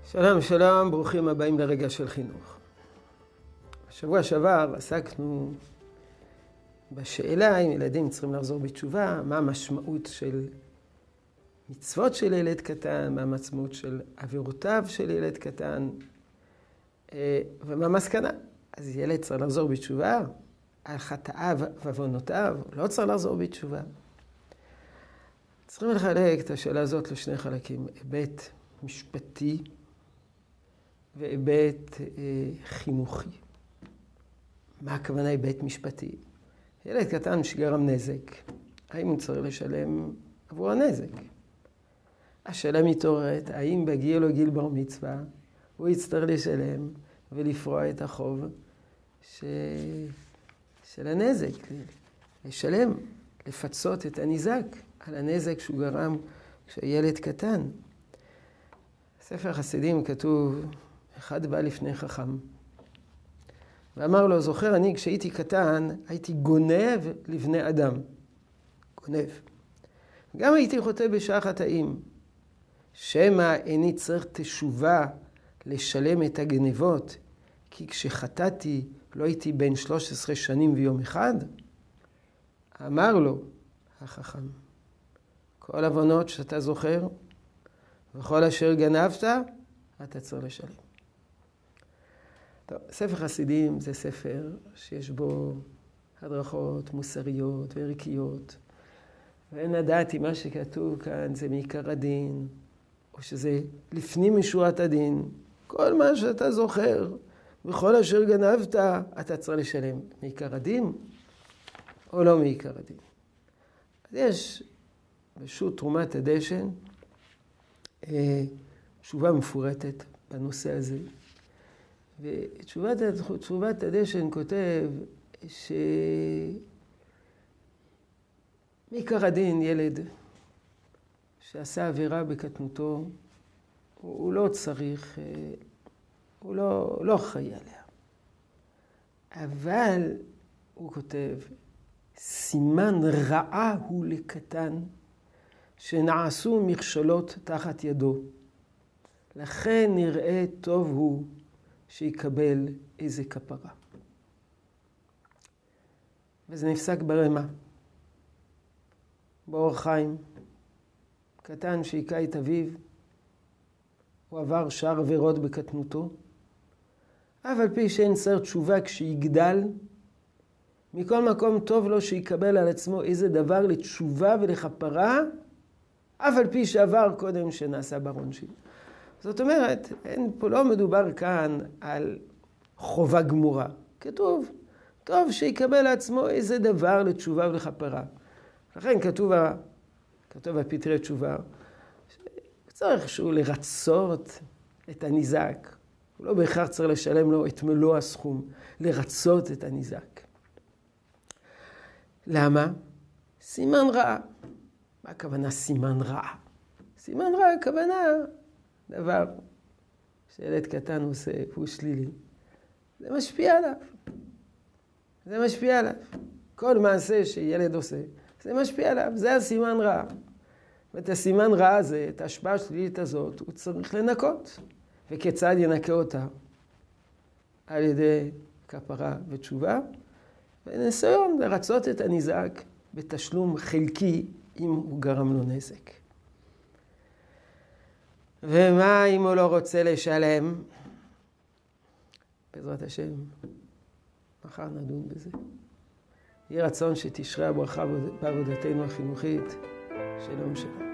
שלום, שלום, ברוכים הבאים לרגע של חינוך. בשבוע שעבר עסקנו בשאלה אם ילדים צריכים לחזור בתשובה, מה המשמעות של מצוות של ילד קטן, מה המשמעות של עבירותיו של ילד קטן, ומה המסקנה. אז ילד צריך לחזור בתשובה, על חטאיו ועוונותיו, לא צריך לחזור בתשובה. צריכים לחלק את השאלה הזאת לשני חלקים, היבט משפטי והיבט חינוכי. מה הכוונה היבט משפטי? ילד קטן שגרם נזק, האם הוא צריך לשלם עבור הנזק? השאלה מתעוררת, האם בגיע לו גיל בר מצווה, הוא יצטרך לשלם ולפרוע את החוב של הנזק, לשלם, לפצות את הניזק על הנזק שהוא גרם כשהילד קטן. בספר חסידים כתוב, אחד בא לפני חכם, ואמר לו, זוכר אני כשהייתי קטן, הייתי גונב לבני אדם. גונב. גם הייתי חוטא בשעה חטאים. שמא איני צריך תשובה לשלם את הגנבות, כי כשחטאתי לא הייתי בן 13 שנים ויום אחד. אמר לו החכם, כל עוונות שאתה זוכר, וכל אשר גנבת, אתה צריך לשלם. טוב, ספר חסידים זה ספר שיש בו הדרכות מוסריות וערכיות, ואין לדעת אם מה שכתוב כאן זה מעיקר הדין, או שזה לפנים משורת הדין. כל מה שאתה זוכר, וכל אשר גנבת, אתה צריך לשלם. מעיקר הדין או לא מעיקר הדין. אז יש בשו"ת תרומת הדשן תשובה מפורטת בנושא הזה. ותשובת הדשן כותב מעיקר הדין ילד שעשה עבירה בקטנותו, הוא לא צריך, הוא לא אחראי עליה. אבל הוא כותב, סימן רעה הוא לקטן שנעשו מכשלות תחת ידו. לכן נראה טוב הוא שיקבל איזה כפרה. וזה נפסק ברמה. באור חיים, קטן שהיכה את אביו, הוא עבר שאר עבירות בקטנותו, אף על פי שאין צריך תשובה כשיגדל, מכל מקום טוב לו שיקבל על עצמו איזה דבר לתשובה ולכפרה, אף על פי שעבר קודם שנעשה בעונשין. זאת אומרת, פה לא מדובר כאן על חובה גמורה. כתוב, טוב שיקבל לעצמו איזה דבר לתשובה ולכפרה. לכן כתוב בפתרי תשובה, צריך שהוא לרצות את הניזק. הוא לא בהכרח צריך לשלם לו את מלוא הסכום, לרצות את הניזק. למה? סימן רע. מה הכוונה סימן רע? סימן רע הכוונה דבר שילד קטן עושה והוא שלילי. זה משפיע עליו. זה משפיע עליו. כל מעשה שילד עושה, זה משפיע עליו. זה הסימן רע. ואת הסימן רע הזה, את ההשפעה השלילית הזאת, הוא צריך לנקות. וכיצד ינקה אותה? על ידי כפרה ותשובה, וניסיון לרצות את הניזק בתשלום חלקי אם הוא גרם לו נזק. ומה אם הוא לא רוצה לשלם? בעזרת השם, מחר נדון בזה. יהיה רצון שתשרה הברכה בעבודתנו החינוכית. שלום שלום.